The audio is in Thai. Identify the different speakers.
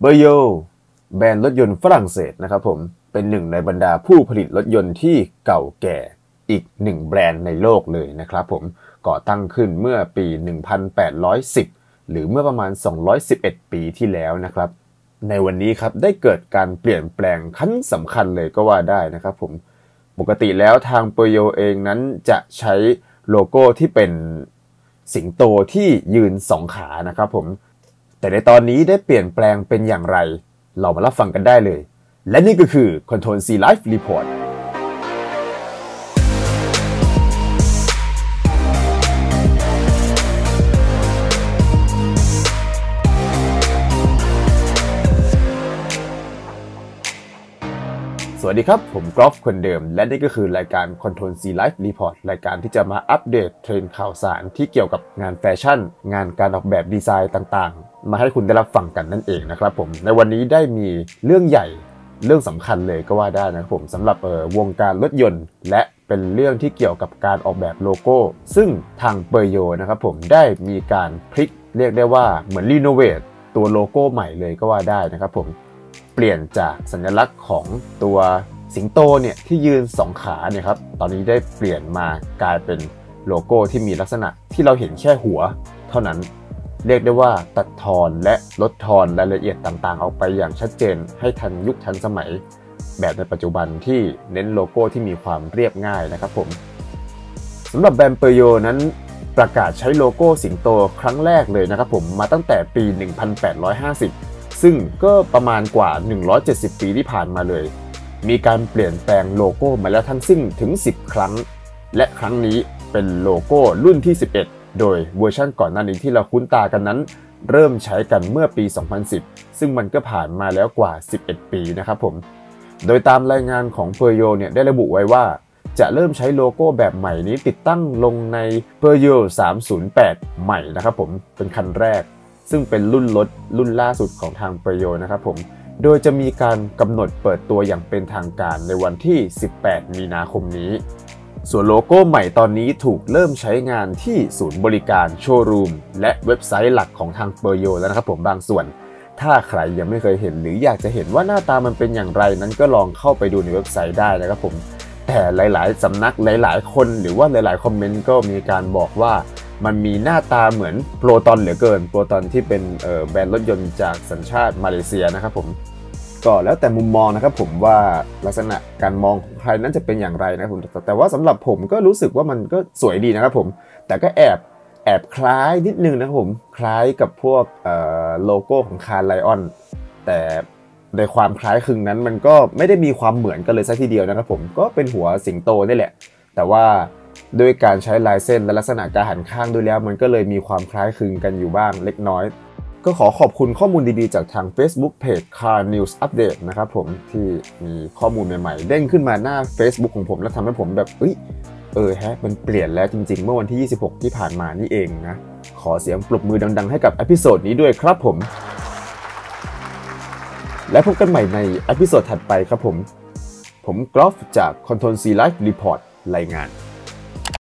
Speaker 1: เบอร์โยแบรนด์รถยนต์ฝรั่งเศสนะครับผมเป็นหนึ่งในบรรดาผู้ผลิตรถยนต์ที่เก่าแก่อีกหนึ่งแบรนด์ในโลกเลยนะครับผมก่อตั้งขึ้นเมื่อปี 1810 หรือเมื่อประมาณ 211 ปีที่แล้วนะครับในวันนี้ครับได้เกิดการเปลี่ยนแปลงขั้นสำคัญเลยก็ว่าได้นะครับผมปกติแล้วทางเปอร์โยเองนั้นจะใช้โลโก้ที่เป็นสิงโตที่ยืนสองขานะครับผมแต่ในตอนนี้ได้เปลี่ยนแปลงเป็นอย่างไรเรามารับฟังกันได้เลยและนี่ก็คือ Control C Live Reportสวัสดีครับผมกอล์ฟคนเดิมและนี่ก็คือรายการ Control C Live Report รายการที่จะมาอัปเดตเทรนด์ข่าวสารที่เกี่ยวกับงานแฟชั่นงานการออกแบบดีไซน์ต่างๆมาให้คุณได้รับฟังกันนั่นเองนะครับผมในวันนี้ได้มีเรื่องใหญ่เรื่องสำคัญเลยก็ว่าได้นะครับผมสำหรับวงการรถยนต์และเป็นเรื่องที่เกี่ยวกับการออกแบบโลโก้ซึ่งทางเปอร์โยนะครับผมได้มีการพลิกเรียกได้ว่าเหมือนรีโนเวทตัวโลโก้ใหม่เลยก็ว่าได้นะครับผมเปลี่ยนจากสัญลักษณ์ของตัวสิงโตเนี่ยที่ยืน2ขาเนี่ยครับตอนนี้ได้เปลี่ยนมากลายเป็นโลโก้ที่มีลักษณะที่เราเห็นแค่หัวเท่านั้นเรียกได้ว่าตัดทอนและลดทอนรายละเอียดต่างๆออกไปอย่างชัดเจนให้ทันยุคทันสมัยแบบในปัจจุบันที่เน้นโลโก้ที่มีความเรียบง่ายนะครับผมสำหรับแบรนด์เปอร์โยนั้นประกาศใช้โลโก้สิงโตครั้งแรกเลยนะครับผมมาตั้งแต่ปี 1850ซึ่งก็ประมาณกว่า170 ปีที่ผ่านมาเลยมีการเปลี่ยนแปลงโลโก้มาแล้วทั้งสิ้นถึง10 ครั้งและครั้งนี้เป็นโลโก้รุ่นที่11โดยเวอร์ชั่นก่อนหน้านี้ที่เราคุ้นตากันนั้นเริ่มใช้กันเมื่อปี 2010ซึ่งมันก็ผ่านมาแล้วกว่า11 ปีนะครับผมโดยตามรายงานของเปอร์โยเนี่ยได้ระบุไว้ว่าจะเริ่มใช้โลโก้แบบใหม่นี้ติดตั้งลงใน Peugeot 308 ใหม่นะครับผมเป็นคันแรกซึ่งเป็นรุ่นรถรุ่นล่าสุดของทางเปอร์โยนะครับผมโดยจะมีการกำหนดเปิดตัวอย่างเป็นทางการในวันที่18 มีนาคมนี้ส่วนโลโก้ใหม่ตอนนี้ถูกเริ่มใช้งานที่ศูนย์บริการโชว์รูมและเว็บไซต์หลักของทางเปอร์โยแล้วนะครับผมบางส่วนถ้าใครยังไม่เคยเห็นหรืออยากจะเห็นว่าหน้าตามันเป็นอย่างไรนั้นก็ลองเข้าไปดูในเว็บไซต์ได้นะครับผมแต่หลายๆสำนักหลายๆคนหรือว่าหลายๆคอมเมนต์ก็มีการบอกว่ามันมีหน้าตาเหมือนโปรตอนเหลือเกินโปรตอนที่เป็นแบรนด์รถยนต์จากสัญชาติมาเลเซียนะครับผมก็แล้วแต่มุมมองนะครับผมว่าลักษณะการมองของใครนั้นจะเป็นอย่างไรนะครับผมแต่ว่าสำหรับผมก็รู้สึกว่ามันก็สวยดีนะครับผมแต่ก็แอบคล้ายนิดนึงนะครับผมคล้ายกับพวกโลโก้ของคาร์ไลออนแต่ในความคล้ายคลึงนั้นมันก็ไม่ได้มีความเหมือนกันเลยซะทีเดียวนะครับผมก็เป็นหัวสิงโตนี่แหละแต่ว่าด้วยการใช้ลายเส้นและลักษณะการหันข้างด้วยแล้วมันก็เลยมีความคล้ายคลึงกันอยู่บ้างเล็กน้อยก็ขอขอบคุณข้อมูลดีๆจากทาง Facebook Page Car News Update นะครับผมที่มีข้อมูลใหม่ๆเด้งขึ้นมาหน้า Facebook ของผมแล้วทำให้ผมแบบมันเปลี่ยนแล้วจริงๆเมื่อวันที่26ที่ผ่านมานี่เองนะขอเสียงปรบมือดังๆให้กับเอพิโซดนี้ด้วยครับผมและพบกันใหม่ในเอพิโซดถัดไปครับผมกอล์ฟจาก Control C Live Report รายงาน